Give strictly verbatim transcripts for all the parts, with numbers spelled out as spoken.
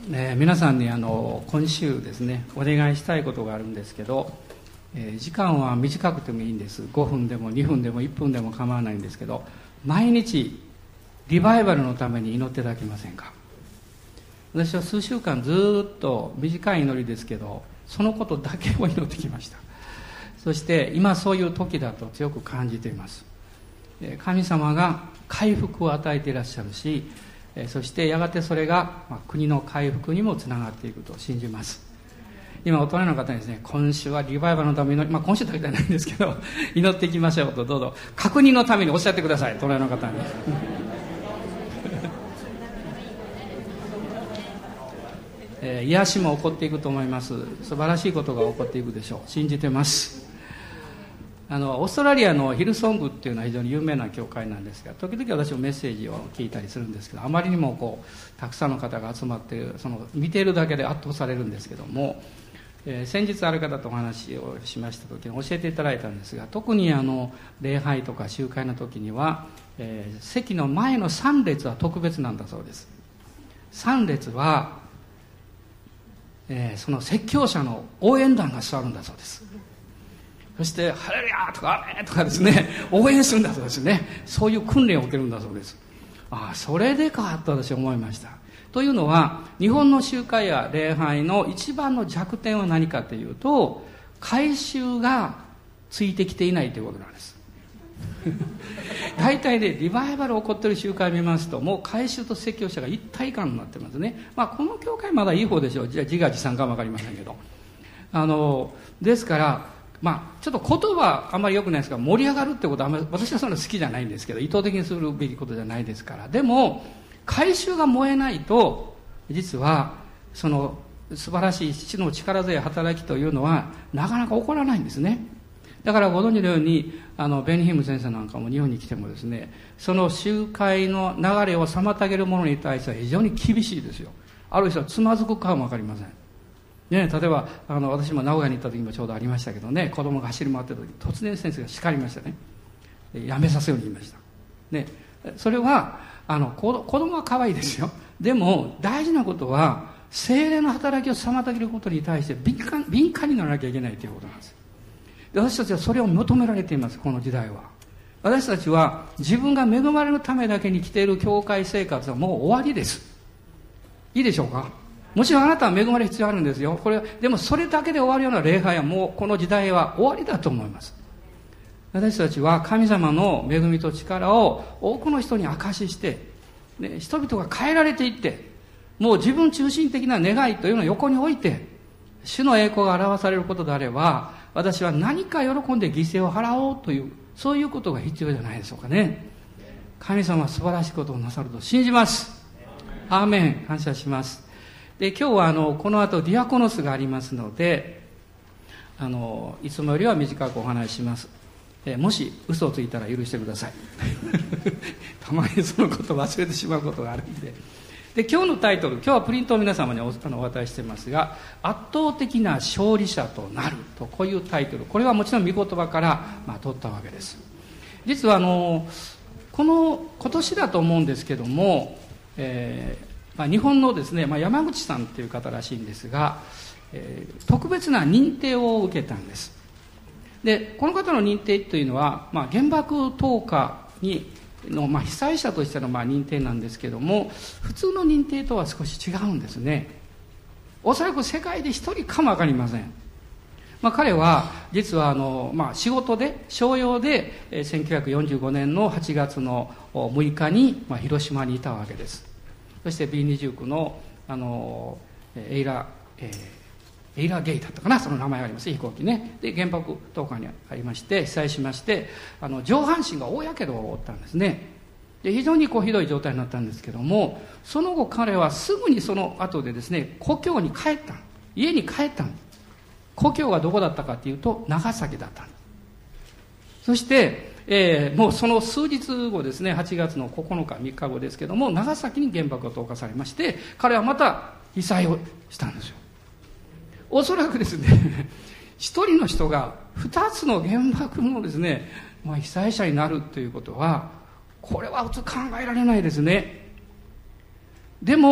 えー、皆さんにあの今週ですねお願いしたいことがあるんですけど、えー、時間は短くてもいいんです。ごふんでもにふんでもいっぷんでも構わないんですけど、毎日リバイバルのために祈っていただけませんか。私は数週間ずっと短い祈りですけど、そのことだけを祈ってきました。そして今そういう時だと強く感じています。神様が回復を与えていらっしゃるし、そしてやがてそれが国の回復にもつながっていくと信じます。今大人の方にですね、今週はリバイバルのために祈り、まあ、今週だけじゃないんですけど祈っていきましょうと、どうぞ確認のためにおっしゃってください、大人の方にえー、癒しも起こっていくと思います。素晴らしいことが起こっていくでしょう。信じてます。あのオーストラリアのヒルソングっていうのは非常に有名な教会なんですが、時々私もメッセージを聞いたりするんですけど、あまりにもこうたくさんの方が集まっている、その見ているだけで圧倒されるんですけども、えー、先日ある方とお話をしました時に教えていただいたんですが、特にあの礼拝とか集会の時には、えー、席の前のさん列は特別なんだそうです。さん列は、えー、その説教者の応援団が座るんだそうです。そしてハレルヤとかアメンとかですね、応援するんだそうですね。そういう訓練を受けるんだそうです。ああ、それでかと私は思いました。というのは、日本の集会や礼拝の一番の弱点は何かというと、改宗がついてきていないということなんです大体ね、リバイバル起こっている集会を見ますと、もう改宗と説教者が一体感になってますね。まあこの教会まだいい方でしょう。じゃあ自画自賛かも分かりませんけど、あのですからまあ、ちょっと言葉あんまり良くないですが、盛り上がるってことはあんまり私はそんな好きじゃないんですけど、意図的にするべきことじゃないですから。でも改宗が燃えないと、実はその素晴らしい父の力強い働きというのはなかなか起こらないんですね。だからご存知のように、あのベニヒム先生なんかも日本に来てもですね、その集会の流れを妨げるものに対しては非常に厳しいですよ。ある人はつまずくかも分かりませんね。例えばあの私も名古屋に行った時もちょうどありましたけどね、子供が走り回ってた時突然先生が叱りましたね。やめさせように言いました、ね、それはあの子供は可愛いですよ。でも大事なことは聖霊の働きを妨げることに対して敏感、敏感にならなきゃいけないということなんです。で、私たちはそれを求められています。この時代は私たちは自分が恵まれるためだけに来ている教会生活はもう終わりです。いいでしょうか。もちろんあなたは恵まれる必要あるんですよ。これでもそれだけで終わるような礼拝はもうこの時代は終わりだと思います。私たちは神様の恵みと力を多くの人に証しして、ね、人々が変えられていって、もう自分中心的な願いというのを横に置いて、主の栄光が表されることであれば、私は何か喜んで犠牲を払おうという、そういうことが必要じゃないでしょうかね。神様は素晴らしいことをなさると信じます。アーメン。感謝します。で、今日はあのこの後ディアコノスがありますので、あのいつもよりは短くお話しします。えもし嘘をついたら許してくださいたまにそのことを忘れてしまうことがあるんで。で、今日のタイトル、今日はプリントを皆様に お, あのお渡ししてますが、圧倒的な勝利者となると、こういうタイトル。これはもちろん御言葉から、まあ、取ったわけです。実はあのこの今年だと思うんですけども、えーまあ、日本のですね、まあ、山口さんという方らしいんですが、えー、特別な認定を受けたんです。で、この方の認定というのは、まあ、原爆投下にの、まあ、被災者としてのまあ認定なんですけども、普通の認定とは少し違うんですね。おそらく世界で一人かもわかりません。まあ、彼は実はあの、まあ、仕事で商用で、えー、せんきゅうひゃくよんじゅうごねんのはちがつのむいかに、まあ、広島にいたわけです。そして ビーにじゅうきゅう の, あのエイラ、えー、エイラゲイだったかな、その名前があります、飛行機ね。で、原爆投下にありまして被災しまして、あの上半身が大やけどを負ったんですね。で、非常にこうひどい状態になったんですけども、その後彼はすぐにその後でですね、故郷に帰った、家に帰ったんです。故郷はどこだったかというと長崎だったんです。そしてえー、もうその数日後ですね、はちがつのここのかみっかごですけども、長崎に原爆が投下されまして、彼はまた被災をしたんですよ。おそらくですね、一人の人が二つの原爆のですね、まあ、被災者になるということは、これは普通考えられないですね。でも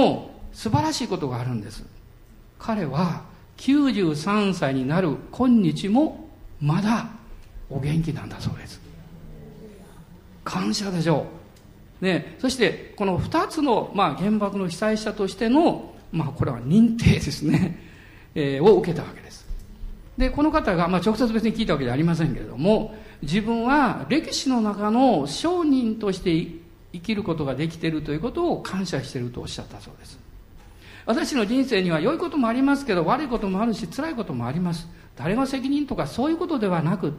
素晴らしいことがあるんです。彼はきゅうじゅうさんさいになる今日もまだお元気なんだそうです。感謝でしょう、ね、そしてこのふたつの、まあ、原爆の被災者としての、まあ、これは認定ですね、えー、を受けたわけです。でこの方が、まあ、直接別に聞いたわけじゃありませんけれども、自分は歴史の中の商人として生きることができているということを感謝しているとおっしゃったそうです。私の人生には良いこともありますけど、悪いこともあるし辛いこともあります。誰が責任とかそういうことではなくって、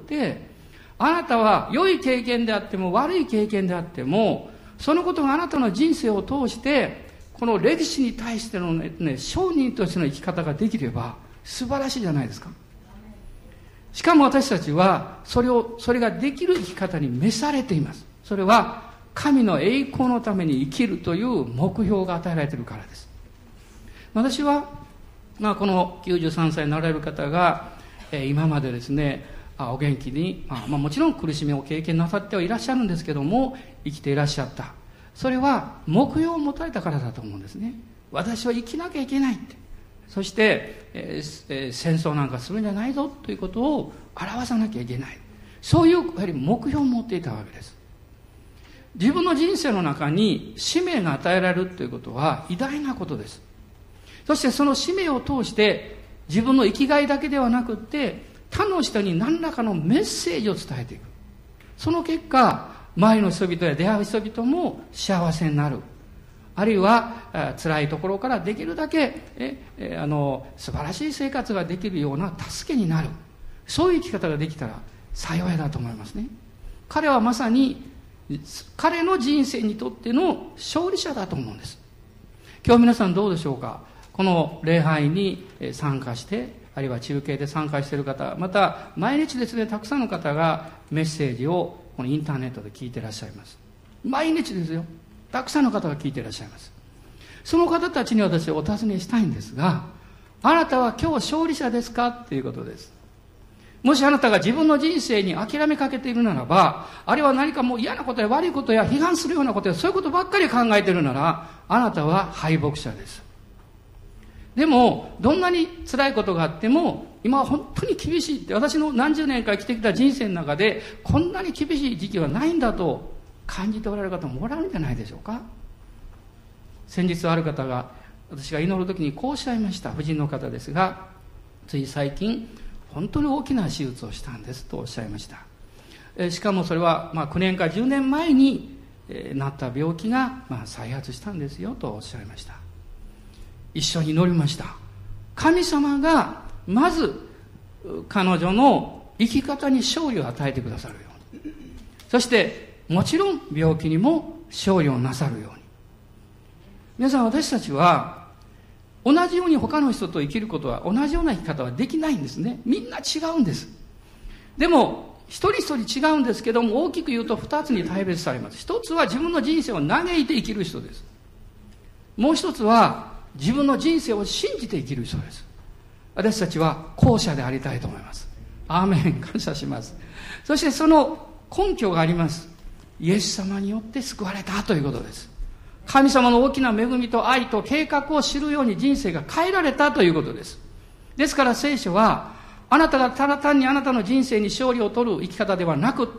あなたは良い経験であっても悪い経験であっても、そのことがあなたの人生を通してこの歴史に対しての、ねね、商人としての生き方ができれば素晴らしいじゃないですか。しかも私たちはそれをそれができる生き方に召されています。それは神の栄光のために生きるという目標が与えられているからです。私は、まあ、このきゅうじゅうさんさいになられる方が、えー、今までですね、あお元気に、まあまあ、もちろん苦しみを経験なさってはいらっしゃるんですけども、生きていらっしゃった。それは目標を持たれたからだと思うんですね。私は生きなきゃいけないって、そして、えーえー、戦争なんかするんじゃないぞということを表さなきゃいけない、そういうやはり目標を持っていたわけです。自分の人生の中に使命が与えられるということは偉大なことです。そしてその使命を通して自分の生きがいだけではなくって他の人に何らかのメッセージを伝えていく。その結果、周りの人々や出会う人々も幸せになる。あるいは辛いところからできるだけええあの素晴らしい生活ができるような助けになる。そういう生き方ができたら幸いだと思いますね。彼はまさに彼の人生にとっての勝利者だと思うんです。今日皆さんどうでしょうか。この礼拝に参加して、あるいは中継で参加している方、また毎日ですね、たくさんの方がメッセージをこのインターネットで聞いていらっしゃいます。毎日ですよ、たくさんの方が聞いていらっしゃいます。その方たちに私はお尋ねしたいんですが、あなたは今日勝利者ですかっていうことです。もしあなたが自分の人生に諦めかけているならば、あるいは何かもう嫌なことや悪いことや批判するようなことやそういうことばっかり考えているなら、あなたは敗北者です。でもどんなに辛いことがあっても、今は本当に厳しいって、私の何十年か生きてきた人生の中でこんなに厳しい時期はないんだと感じておられる方もおられるんじゃないでしょうか。先日ある方が、私が祈る時にこうおっしゃいました。婦人の方ですが、つい最近本当に大きな手術をしたんですとおっしゃいました。えしかもそれは、まあ、きゅうねんかじゅうねんまえに、えー、なった病気が、まあ、再発したんですよとおっしゃいました。一緒に祈りました。神様がまず彼女の生き方に勝利を与えてくださるように、そしてもちろん病気にも勝利をなさるように。皆さん、私たちは同じように他の人と生きることは、同じような生き方はできないんですね。みんな違うんです。でも一人一人違うんですけども、大きく言うと二つに大別されます。一つは自分の人生を嘆いて生きる人です。もう一つは自分の人生を信じて生きる人です。私たちは後者でありたいと思います。アーメン、感謝します。そしてその根拠があります。イエス様によって救われたということです。神様の大きな恵みと愛と計画を知るように人生が変えられたということです。ですから聖書は、あなたがただ単にあなたの人生に勝利を取る生き方ではなくって、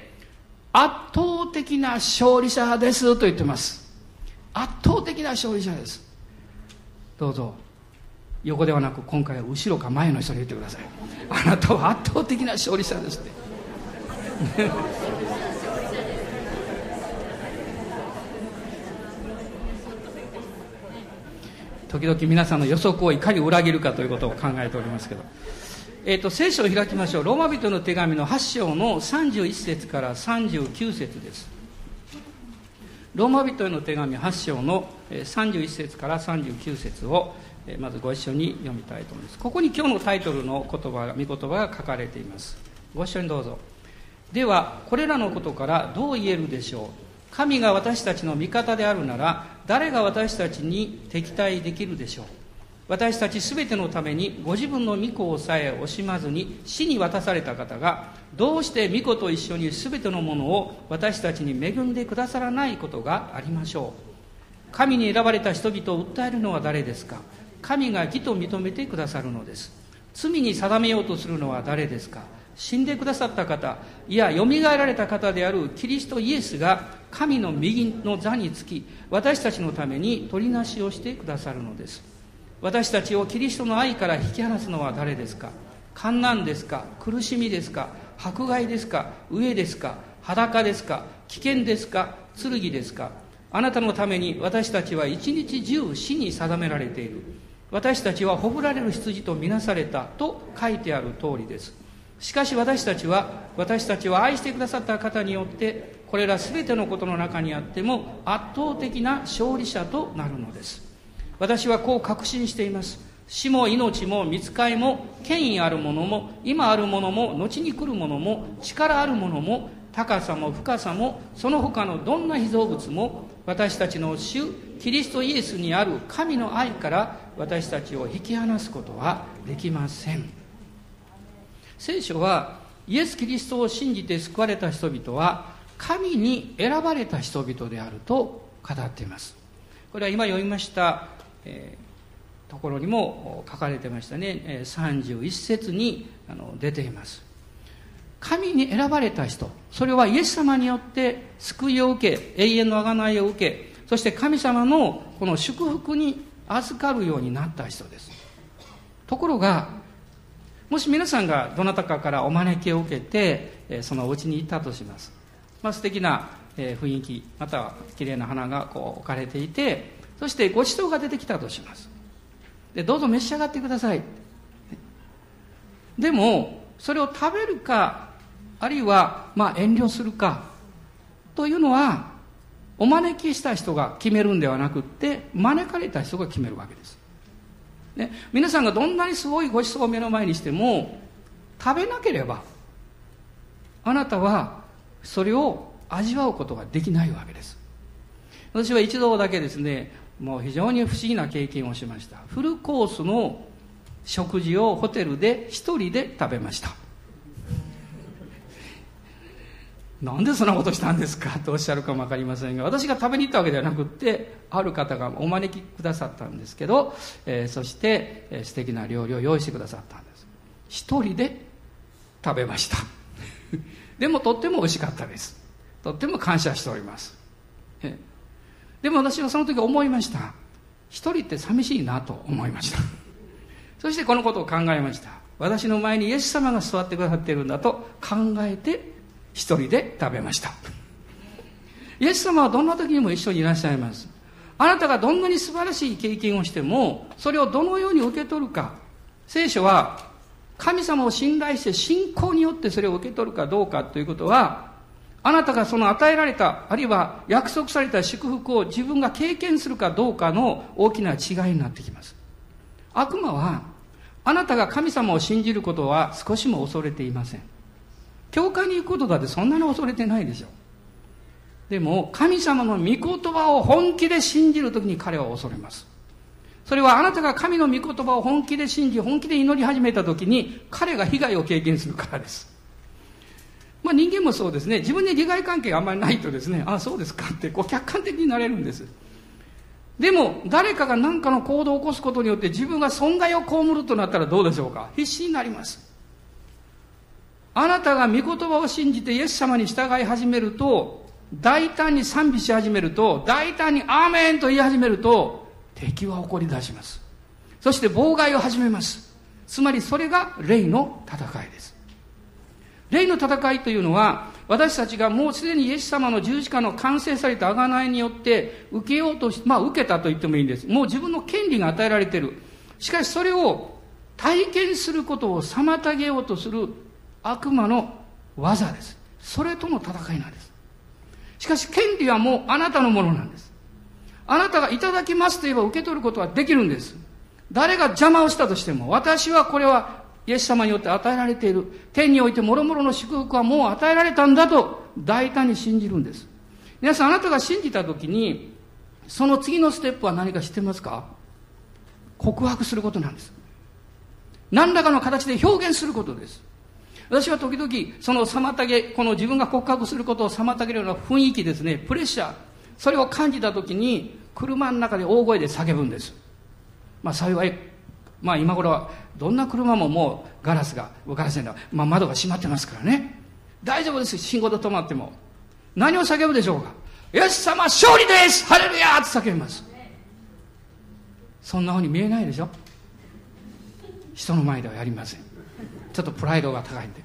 圧倒的な勝利者ですと言ってます。圧倒的な勝利者です。どうぞ横ではなく、今回は後ろか前の人に言ってください。あなたは圧倒的な勝利者ですって時々皆さんの予測をいかに裏切るかということを考えておりますけど、えーと、聖書を開きましょう。ローマ人の手紙のはち章のさんじゅういち節からさんじゅうきゅう節です。ローマ人への手紙はち章のさんじゅういち節からさんじゅうきゅう節をまずご一緒に読みたいと思います。ここに今日のタイトルの言葉、御言葉が書かれています。ご一緒にどうぞ。ではこれらのことからどう言えるでしょう。神が私たちの味方であるなら、誰が私たちに敵対できるでしょう。私たちすべてのためにご自分の御子をさえ惜しまずに死に渡された方が、どうして御子と一緒にすべてのものを私たちに恵んでくださらないことがありましょう。 神に選ばれた人々を訴えるのは誰ですか。神が義と認めてくださるのです。罪に定めようとするのは誰ですか。死んでくださった方、いやよみがえられた方であるキリストイエスが神の右の座につき、私たちのために取りなしをしてくださるのです。私たちをキリストの愛から引き離すのは誰ですか。患難ですか、苦しみですか、迫害ですか、飢えですか、裸ですか、危険ですか、剣ですか。あなたのために私たちは一日中死に定められている。私たちはほぶられる羊とみなされたと書いてある通りです。しかし私たちは私たちは愛してくださった方によってこれらすべてのことの中にあっても圧倒的な勝利者となるのです。私はこう確信しています。死も命も御使いも権威あるものも今あるものも後に来るものも力あるものも高さも深さもその他のどんな被造物も私たちの主キリストイエスにある神の愛から私たちを引き離すことはできません。聖書はイエス・キリストを信じて救われた人々は神に選ばれた人々であると語っています。これは今読みました、えー、ところにも書かれてましたね。さんじゅういっ節にあの出ています。神に選ばれた人、それはイエス様によって救いを受け永遠の贖いを受け、そして神様のこの祝福に預かるようになった人です。ところがもし皆さんがどなたかからお招きを受けてそのお家に行ったとします。まあ、素敵な雰囲気またはきれいな花がこう置かれていて、そしてご馳走が出てきたとします。でどうぞ召し上がってください。でもそれを食べるかあるいはまあ遠慮するかというのはお招きした人が決めるんではなくって招かれた人が決めるわけです。ね、皆さんがどんなにすごいご馳走を目の前にしても食べなければあなたはそれを味わうことができないわけです。私は一度だけですね、もう非常に不思議な経験をしました。フルコースの食事をホテルで一人で食べました。なんでそんなことしたんですかとおっしゃるかもわかりませんが、私が食べに行ったわけではなくってある方がお招きくださったんですけど、えー、そして、えー、素敵な料理を用意してくださったんです。一人で食べましたでもとっても美味しかったです。とっても感謝しております。えでも私はその時思いました。一人って寂しいなと思いましたそしてこのことを考えました。私の前にイエス様が座ってくださっているんだと考えて一人で食べました。イエス様はどんな時にも一緒にいらっしゃいます。あなたがどんなに素晴らしい経験をしてもそれをどのように受け取るか。聖書は神様を信頼して信仰によってそれを受け取るかどうかということは、あなたがその与えられたあるいは約束された祝福を自分が経験するかどうかの大きな違いになってきます。悪魔はあなたが神様を信じることは少しも恐れていません。教会に行くことだってそんなに恐れてないでしょ。でも神様の御言葉を本気で信じるときに彼は恐れます。それはあなたが神の御言葉を本気で信じ本気で祈り始めたときに彼が被害を経験するからです。まあ人間もそうですね。自分に利害関係があんまりないとですね、ああそうですかってこう客観的になれるんです。でも誰かが何かの行動を起こすことによって自分が損害を被るとなったらどうでしょうか。必死になります。あなたが御言葉を信じてイエス様に従い始めると、大胆に賛美し始めると、大胆にアーメンと言い始めると、敵は怒り出します。そして妨害を始めます。つまりそれが霊の戦いです。霊の戦いというのは、私たちがもうすでにイエス様の十字架の完成された贖いによって受けようとし、まあ受けたと言ってもいいんです。もう自分の権利が与えられている。しかしそれを体験することを妨げようとする悪魔の技です。それとの戦いなんです。しかし権利はもうあなたのものなんです。あなたがいただきますと言えば受け取ることはできるんです。誰が邪魔をしたとしても、私はこれはイエス様によって与えられている。天において諸々の祝福はもう与えられたんだと大胆に信じるんです。皆さん、あなたが信じたときに、その次のステップは何か知ってますか？告白することなんです。何らかの形で表現することです。私は時々その妨げ、この自分が告白することを妨げるような雰囲気ですね、プレッシャー、それを感じたときに、 車の中で大声で叫ぶんです。まあ幸い、まあ今頃はどんな車ももうガラスが、ガラスじゃない、まあ窓が閉まってますからね。大丈夫です。信号で止まっても。何を叫ぶでしょうか。イエス様勝利です、ハレルヤーって叫びます。そんなふうに見えないでしょ。人の前ではやりません。ちょっとプライドが高いんで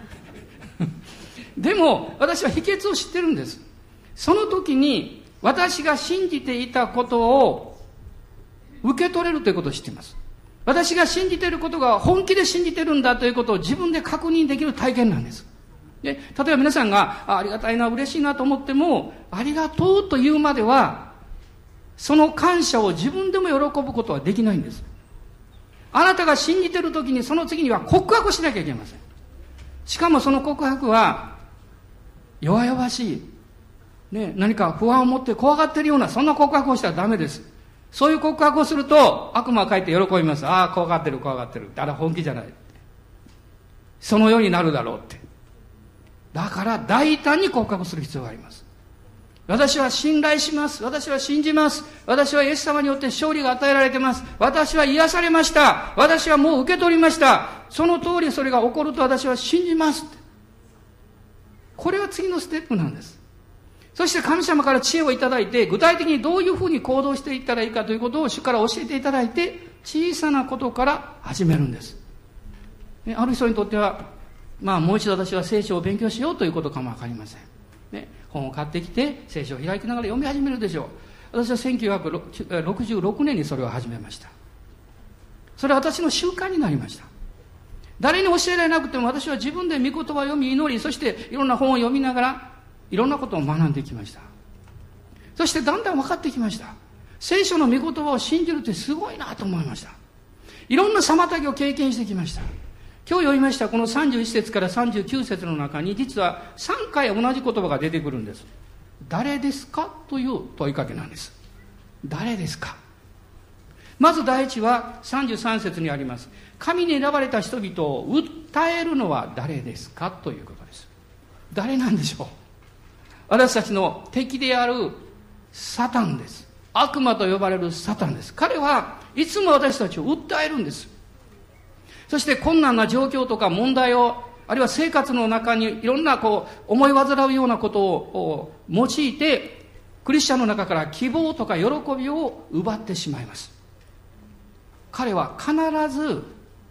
でも私は秘訣を知ってるんです。その時に私が信じていたことを受け取れるということを知っています。私が信じていることが本気で信じてるんだということを自分で確認できる体験なんです。で、例えば皆さんが あ, ありがたいな、嬉しいなと思っても、ありがとうと言うまではその感謝を自分でも喜ぶことはできないんです。あなたが信じている時にその次には告白しなきゃいけません。しかもその告白は弱々しい、ね、何か不安を持って怖がっているようなそんな告白をしたらダメです。そういう告白をすると悪魔は帰って喜びます。ああ怖がってる怖がってる、あれ本気じゃない、そのようになるだろうって。だから大胆に告白する必要があります。私は信頼します。私は信じます。私はイエス様によって勝利が与えられています。私は癒されました。私はもう受け取りました。その通りそれが起こると私は信じます。これは次のステップなんです。そして神様から知恵をいただいて、具体的にどういうふうに行動していったらいいかということを主から教えていただいて、小さなことから始めるんです。ある人にとっては、まあもう一度私は聖書を勉強しようということかもわかりません。ね、本を買ってきて聖書を開きながら読み始めるでしょう。私はせんきゅうひゃくろくじゅうろくねんにそれを始めました。それは私の習慣になりました。誰に教えられなくても私は自分で御言葉を読み祈り、そしていろんな本を読みながらいろんなことを学んできました。そしてだんだん分かってきました。聖書の御言葉を信じるってすごいなと思いました。いろんな妨げを経験してきました。今日読みましたこのさんじゅういち節からさんじゅうきゅう節の中に実はさんかい同じ言葉が出てくるんです。誰ですかという問いかけなんです。誰ですか。まず第一はさんじゅうさん節にあります。神に選ばれた人々を訴えるのは誰ですかということです。誰なんでしょう。私たちの敵であるサタンです。悪魔と呼ばれるサタンです。彼はいつも私たちを訴えるんです。そして困難な状況とか問題を、あるいは生活の中にいろんなこう思い煩うようなことを用いて、クリスチャンの中から希望とか喜びを奪ってしまいます。彼は必ず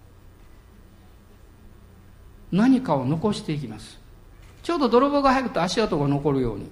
何かを残していきます。ちょうど泥棒が入ると足跡が残るように。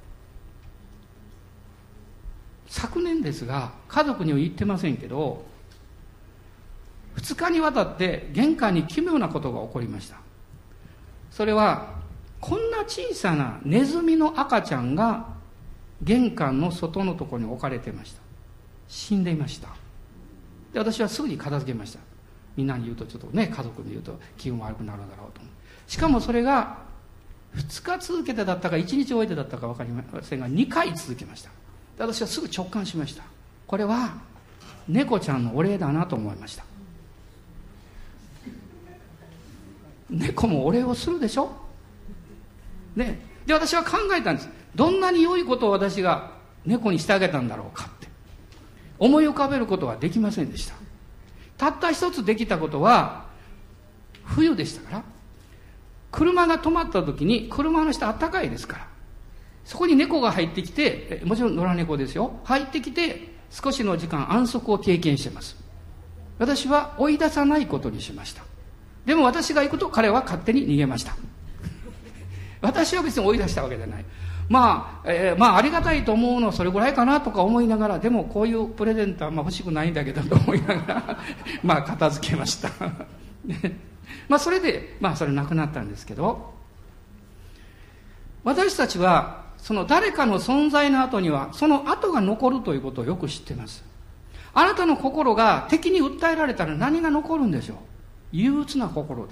昨年ですが、家族には言ってませんけど、ふつかにわたって玄関に奇妙なことが起こりました。それはこんな小さなネズミの赤ちゃんが玄関の外のところに置かれていました。死んでいました。で、私はすぐに片付けました。みんなに言うとちょっとね、家族に言うと気分悪くなるだろうと思う。しかもそれがふつか続けてだったかいちにち置いてだったか分かりませんがにかい続きました。で、私はすぐ直感しました。これは猫ちゃんのお礼だなと思いました。猫もお礼をするでしょ、ね、で私は考えたんです。どんなに良いことを私が猫にしてあげたんだろうかって思い浮かべることはできませんでした。たった一つできたことは、冬でしたから車が止まった時に車の下あったかいですから、そこに猫が入ってきて、もちろん野良猫ですよ、入ってきて少しの時間安息を経験しています。私は追い出さないことにしました。でも私が行くと彼は勝手に逃げました。私は別に追い出したわけじゃない。まあ、えー、まあありがたいと思うのはそれぐらいかなとか思いながら、でもこういうプレゼントはまあ欲しくないんだけどと思いながらまあ片付けましたまあそれでまあそれなくなったんですけど、私たちはその誰かの存在の後にはその後が残るということをよく知っています。あなたの心が敵に訴えられたら何が残るんでしょう。憂鬱な心です。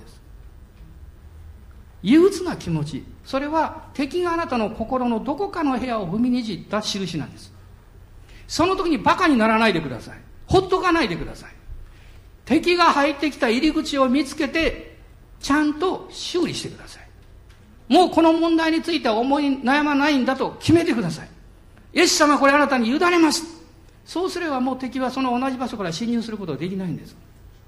憂鬱な気持ち、それは敵があなたの心のどこかの部屋を踏みにじった印なんです。その時にバカにならないでください。ほっとかないでください。敵が入ってきた入り口を見つけてちゃんと修理してください。もうこの問題については思い悩まないんだと決めてください。イエス様これあなたに委ねます。 そうすればもう敵はその同じ場所から侵入することができないんです。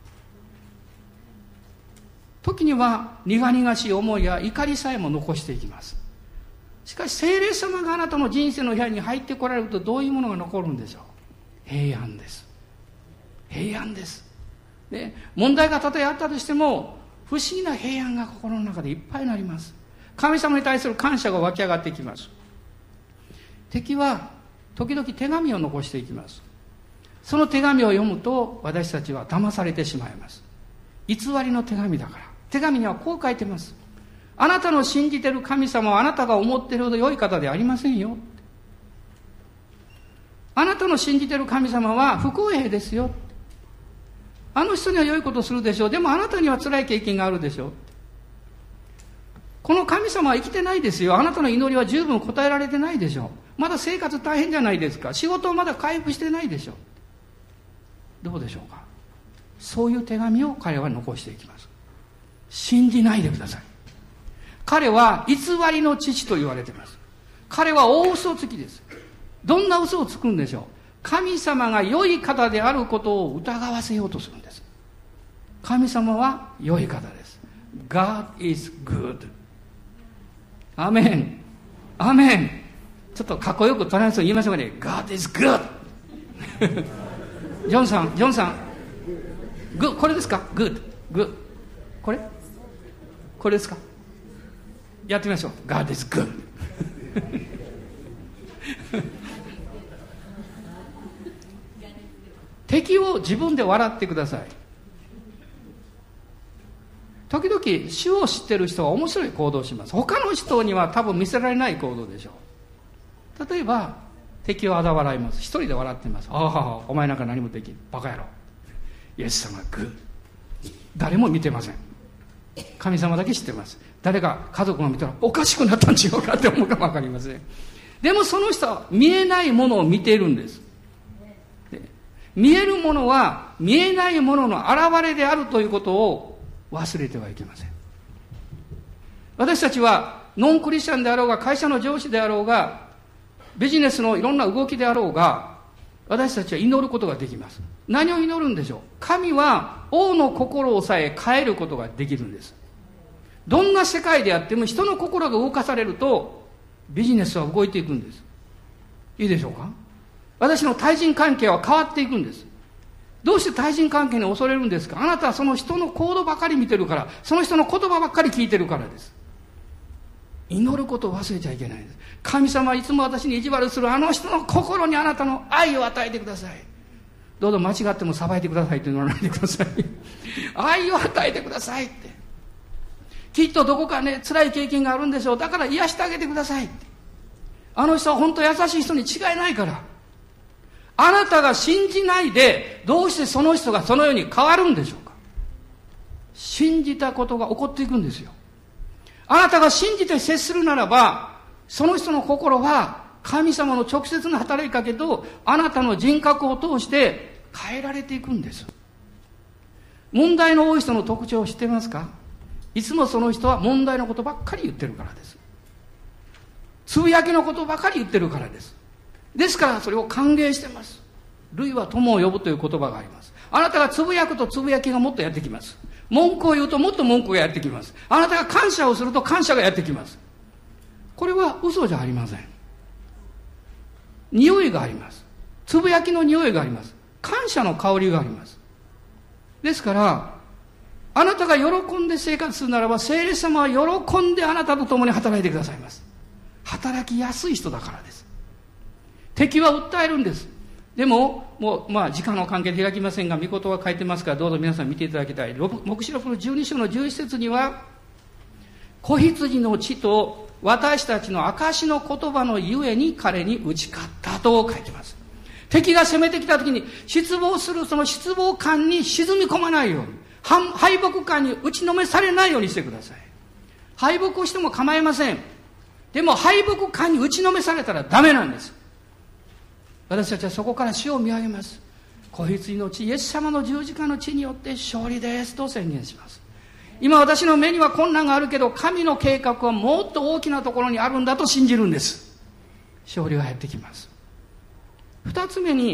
時には苦々しい思いや怒りさえも残していきます。しかし聖霊様があなたの人生の部屋に入ってこられるとどういうものが残るんでしょう。平安です。平安です。で、問題がたとえあったとしても不思議な平安が心の中でいっぱいになります。神様に対する感謝が湧き上がってきます。敵は時々手紙を残していきます。その手紙を読むと私たちは騙されてしまいます。偽りの手紙だから。手紙にはこう書いてます。あなたの信じている神様はあなたが思っているほど良い方ではありませんよ。あなたの信じている神様は不公平ですよ。あの人には良いことをするでしょう。でもあなたには辛い経験があるでしょう。この神様は生きてないですよ。あなたの祈りは十分答えられてないでしょう。まだ生活大変じゃないですか。仕事をまだ回復してないでしょう。どうでしょうか。そういう手紙を彼は残していきます。信じないでください。彼は偽りの父と言われています。彼は大嘘つきです。どんな嘘をつくんでしょう。神様が良い方であることを疑わせようとするんです。神様は良い方です。 God is good。 アメンアメン。ちょっとかっこよくトランス言いましょうかね。 God is good ジョンさんジョンさんグこれですか。グッグこれこれですか。やってみましょう。 God is good 敵を自分で笑ってください。時々主を知ってる人は面白い行動をします。他の人には多分見せられない行動でしょう。例えば敵を嘲笑います。一人で笑っています。ああお前なんか何もできんバカ野郎。イエス様グー。誰も見てません。神様だけ知ってます。誰か家族が見たらおかしくなったん違うかって思うかも分かりません。でもその人は見えないものを見ているんです。見えるものは見えないものの現れであるということを忘れてはいけません。私たちはノンクリスチャンであろうが会社の上司であろうがビジネスのいろんな動きであろうが私たちは祈ることができます。何を祈るんでしょう。神は王の心をさえ変えることができるんです。どんな世界であっても人の心が動かされるとビジネスは動いていくんです。いいでしょうか。私の対人関係は変わっていくんです。どうして対人関係に恐れるんですか。あなたはその人の行動ばかり見てるから、その人の言葉ばっかり聞いてるからです。祈ることを忘れちゃいけないです。神様はいつも私に意地悪するあの人の心にあなたの愛を与えてください。どうぞ間違っても裁いてくださいと言わないでください愛を与えてくださいって。きっとどこかね辛い経験があるんでしょう。だから癒してあげてくださいって。あの人は本当優しい人に違いないから。あなたが信じないでどうしてその人がそのように変わるんでしょうか。信じたことが起こっていくんですよ。あなたが信じて接するならばその人の心は神様の直接の働きかけとあなたの人格を通して変えられていくんです。問題の多い人の特徴を知ってますか。いつもその人は問題のことばっかり言ってるからです。つぶやきのことばかり言ってるからです。ですからそれを歓迎してます。類は友を呼ぶという言葉があります。あなたがつぶやくとつぶやきがもっとやってきます。文句を言うともっと文句がやってきます。あなたが感謝をすると感謝がやってきます。これは嘘じゃありません。匂いがあります。つぶやきの匂いがあります。感謝の香りがあります。ですからあなたが喜んで生活するならば聖霊様は喜んであなたと共に働いてくださいます。働きやすい人だからです。敵は訴えるんです。でももうまあ時間の関係で開きませんが御言葉書いてますからどうぞ皆さん見ていただきたい。黙示録のじゅうに章のじゅういち節には子羊の血と私たちの証の言葉のゆえに彼に打ち勝ったと書いてます。敵が攻めてきた時に失望するその失望感に沈み込まないように敗北感に打ちのめされないようにしてください。敗北をしても構いません。でも敗北感に打ちのめされたらダメなんです。私たちはそこから主を見上げます。子羊の血イエス様の十字架の血によって勝利ですと宣言します。今私の目には困難があるけど神の計画はもっと大きなところにあるんだと信じるんです。勝利がやってきます。二つ目に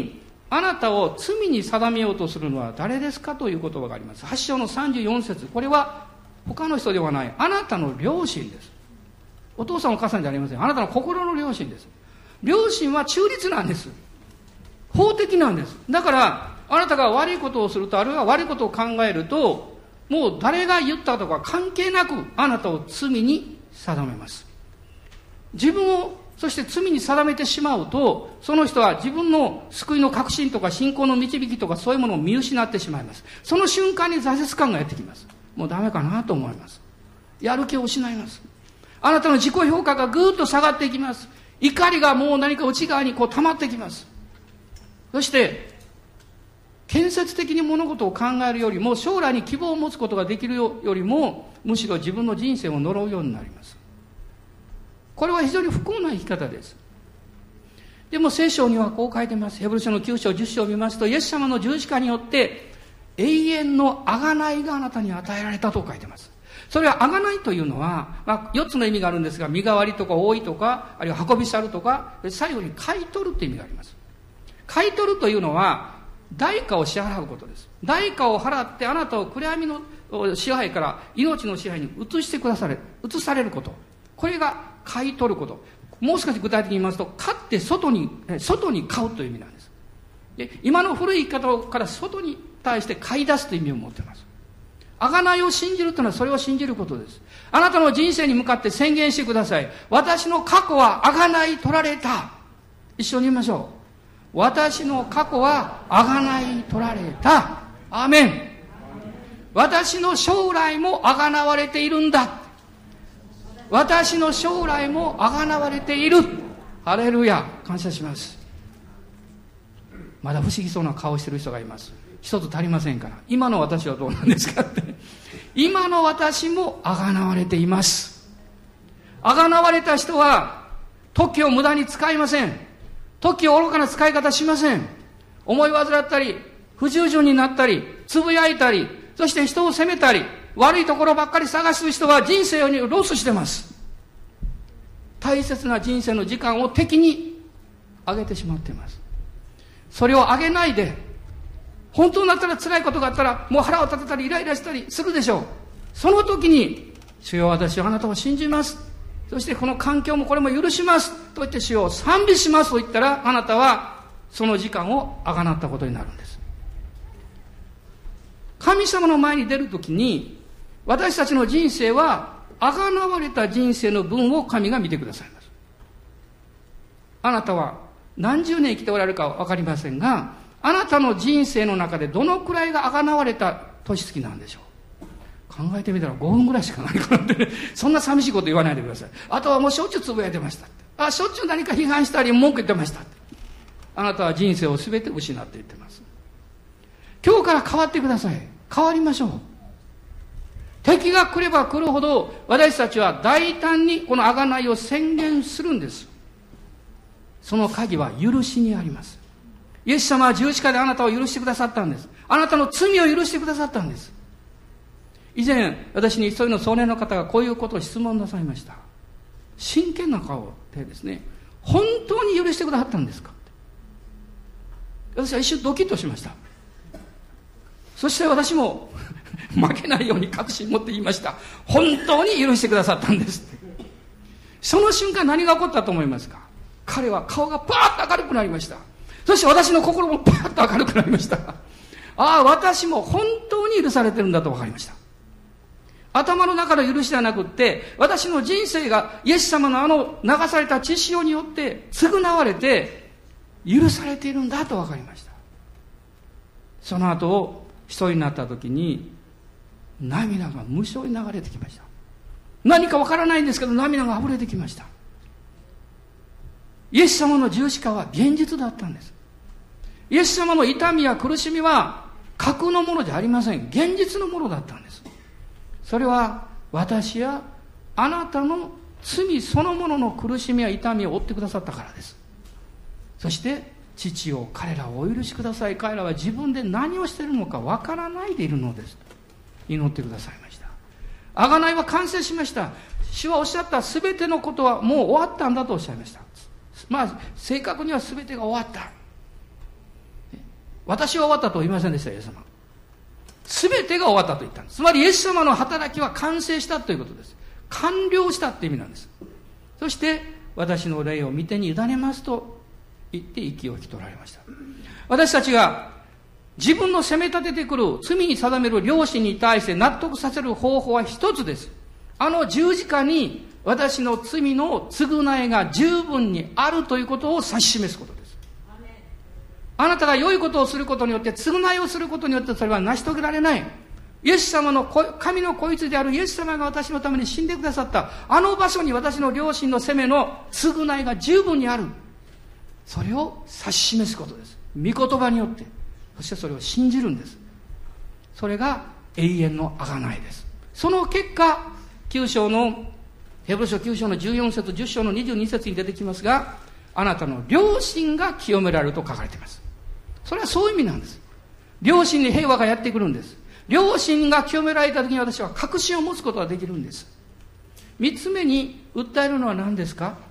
あなたを罪に定めようとするのは誰ですかという言葉があります。はち章のさんじゅうよん節、これは他の人ではない、あなたの良心です。お父さんお母さんじゃありません。あなたの心の良心です。良心は中立なんです。法的なんです。だからあなたが悪いことをすると、あるいは悪いことを考えると、もう誰が言ったとか関係なくあなたを罪に定めます。自分をそして罪に定めてしまうと、その人は自分の救いの確信とか信仰の導きとかそういうものを見失ってしまいます。その瞬間に挫折感がやってきます。もうダメかなと思います。やる気を失います。あなたの自己評価がぐーっと下がっていきます。怒りがもう何か内側にこう溜まってきます。そして建設的に物事を考えるよりも、将来に希望を持つことができるよりも、むしろ自分の人生を呪うようになります。これは非常に不幸な生き方です。でも聖書にはこう書いてます。ヘブル書のきゅう章じゅっ章を見ますと、イエス様の十字架によって永遠の贖いがあなたに与えられたと書いてます。それは贖いというのは、まあ、よっつの意味があるんですが、身代わりとか覆いとか、あるいは運び去るとか、最後に買い取るという意味があります。買い取るというのは代価を支払うことです。代価を払ってあなたを暗闇の支配から命の支配に移してくだされ、移されること。これが買い取ること。もう少し具体的に言いますと、買って外に、外に買うという意味なんです。で、今の古い言い方から外に対して買い出すという意味を持っています。贖いを信じるというのはそれを信じることです。あなたの人生に向かって宣言してください。私の過去は贖い取られた。一緒に言いましょう。私の過去は贖い取られた。アーメン。私の将来も贖われているんだ。私の将来も贖われている。ハレルヤ。感謝します。まだ不思議そうな顔してる人がいます。一つ足りませんから。今の私はどうなんですかって。今の私も贖われています。贖われた人は時を無駄に使いません。時を愚かな使い方しません。思い煩ったり、不従順になったり、つぶやいたり、そして人を責めたり、悪いところばっかり探す人は人生にロスしてます。大切な人生の時間を敵にあげてしまっています。それをあげないで、本当になったら辛いことがあったらもう腹を立てたりイライラしたりするでしょう。その時に、主よ、私はあなたを信じます。そしてこの環境もこれも許しますと言って主を賛美しますと言ったら、あなたはその時間をあがなったことになるんです。神様の前に出るときに、私たちの人生はあがなわれた人生の分を神が見てくださいます。あなたは何十年生きておられるかわかりませんが、あなたの人生の中でどのくらいがあがなわれた年月なんでしょう。考えてみたらごふんぐらいしかないからって、ね、そんな寂しいこと言わないでください。あとはもうしょっちゅうつぶやいてましたって。あ、しょっちゅう何か批判したり文句言ってましたって。あなたは人生を全て失っていってます。今日から変わってください。変わりましょう。敵が来れば来るほど私たちは大胆にこの贖いを宣言するんです。その鍵は許しにあります。イエス様は十字架であなたを許してくださったんです。あなたの罪を許してくださったんです。以前私に一人の少年の方がこういうことを質問なさいました。真剣な顔でですね、本当に許してくださったんですか。私は一瞬ドキッとしました。そして私も負けないように確信持って言いました。本当に許してくださったんですって。その瞬間何が起こったと思いますか。彼は顔がパーッと明るくなりました。そして私の心もパーッと明るくなりました。ああ、私も本当に許されてるんだと分かりました。頭の中の許しではなくって、私の人生がイエス様のあの流された血潮によって償われて許されているんだと分かりました。その後一人になった時に涙が無性に流れてきました。何か分からないんですけど涙が溢れてきました。イエス様の十字架は現実だったんです。イエス様の痛みや苦しみは架空のものじゃありません。現実のものだったんです。それは私やあなたの罪そのものの苦しみや痛みを負ってくださったからです。そして父を彼らをお許しください。彼らは自分で何をしているのかわからないでいるのです。祈ってくださいました。贖いは完成しました。主はおっしゃったすべてのことはもう終わったんだとおっしゃいました。まあ正確にはすべてが終わった。 私は終わったとは言いませんでした、イエス様。すべてが終わったと言ったんです。つまりイエス様の働きは完成したということです。完了したって意味なんです。そして私の霊を御手に委ねますと言って息を引き取られました。私たちが自分の責め立ててくる罪に定める良心に対して納得させる方法は一つです。あの十字架に私の罪の償いが十分にあるということを指し示すことです。あなたが良いことをすることによって、償いをすることによってそれは成し遂げられない。イエス様の神の子羊であるイエス様が私のために死んでくださったあの場所に私の良心の責めの償いが十分にある。それを指し示すことです。御言葉によって。そしてそれを信じるんです。それが永遠の贖いです。その結果、きゅう章のヘブル書きゅう章のじゅうよん節、じゅっ章のにじゅうに節に出てきますが、あなたの良心が清められると書かれています。それはそういう意味なんです。良心に平和がやってくるんです。良心が清められた時に私は確信を持つことができるんです。三つ目に訴えるのは何ですか？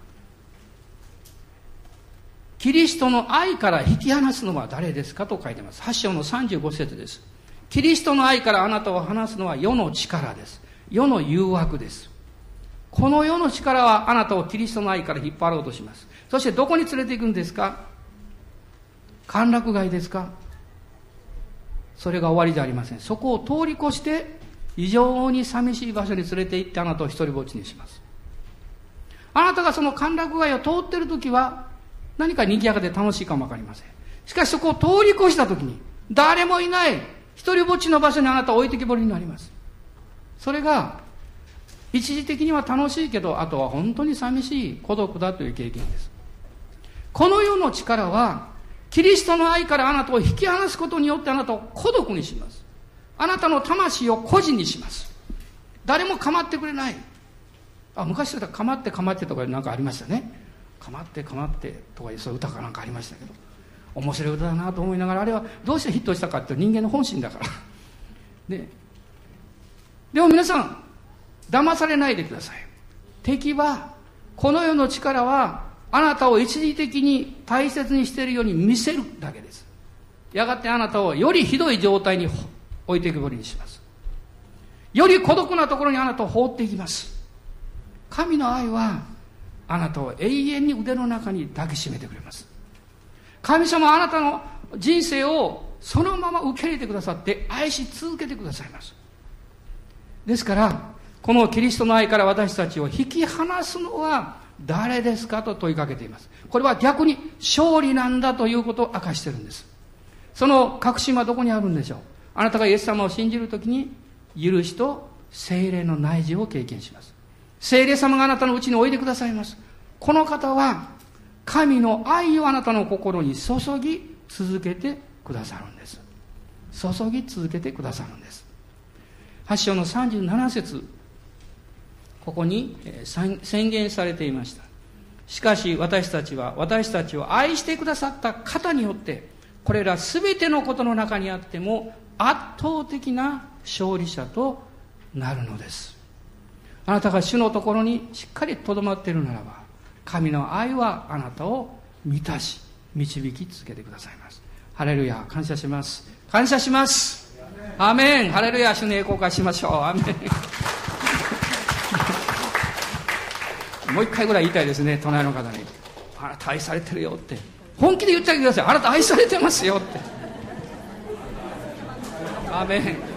キリストの愛から引き離すのは誰ですかと書いています。はち章のさんじゅうご節です。キリストの愛からあなたを離すのは世の力です。世の誘惑です。この世の力はあなたをキリストの愛から引っ張ろうとします。そしてどこに連れて行くんですか？歓楽街ですか？それが終わりじゃありません。そこを通り越して非常に寂しい場所に連れて行ってあなたを一人ぼっちにします。あなたがその歓楽街を通っているときは何か賑やかで楽しいかもわかりません。しかしそこを通り越したときに誰もいない一人ぼっちの場所にあなたは置いてきぼりになります。それが一時的には楽しいけど、あとは本当に寂しい孤独だという経験です。この世の力はキリストの愛からあなたを引き離すことによってあなたを孤独にします。あなたの魂を孤児にします。誰も構ってくれない。あ、昔だったら構って構ってとかなんかありましたね。構って構ってとかいうそういう歌かなんかありましたけど、面白い歌だなと思いながら、あれはどうしてヒットしたかって人間の本心だからね。でも皆さん騙されないでください。敵はこの世の力はあなたを一時的に大切にしているように見せるだけです。やがてあなたをよりひどい状態に置いていくぼりにします。より孤独なところにあなたを放っていきます。神の愛はあなたを永遠に腕の中に抱きしめてくれます。神様はあなたの人生をそのまま受け入れてくださって愛し続けてくださいます。ですからこのキリストの愛から私たちを引き離すのは誰ですかと問いかけています。これは逆に勝利なんだということを明かしているんです。その確信はどこにあるんでしょう。あなたがイエス様を信じるときに許しと聖霊の内住を経験します。聖霊様があなたのうちにおいでくださいます。この方は神の愛をあなたの心に注ぎ続けてくださるんです。注ぎ続けてくださるんです。はち章のさんじゅうなな節、ここに宣言されていました。しかし私たちは私たちを愛してくださった方によってこれらすべてのことの中にあっても圧倒的な勝利者となるのです。あなたが主のところにしっかりとどまっているならば、神の愛はあなたを満たし導き続けてくださいます。ハレルヤ、感謝します。感謝します。アーメン。ハレルヤ、主に栄光化しましょう。アーメン。もう一回ぐらい言いたいですね、隣の方に。あなた愛されてるよって。本気で言ってあげてください。あなた愛されてますよって。アーメン。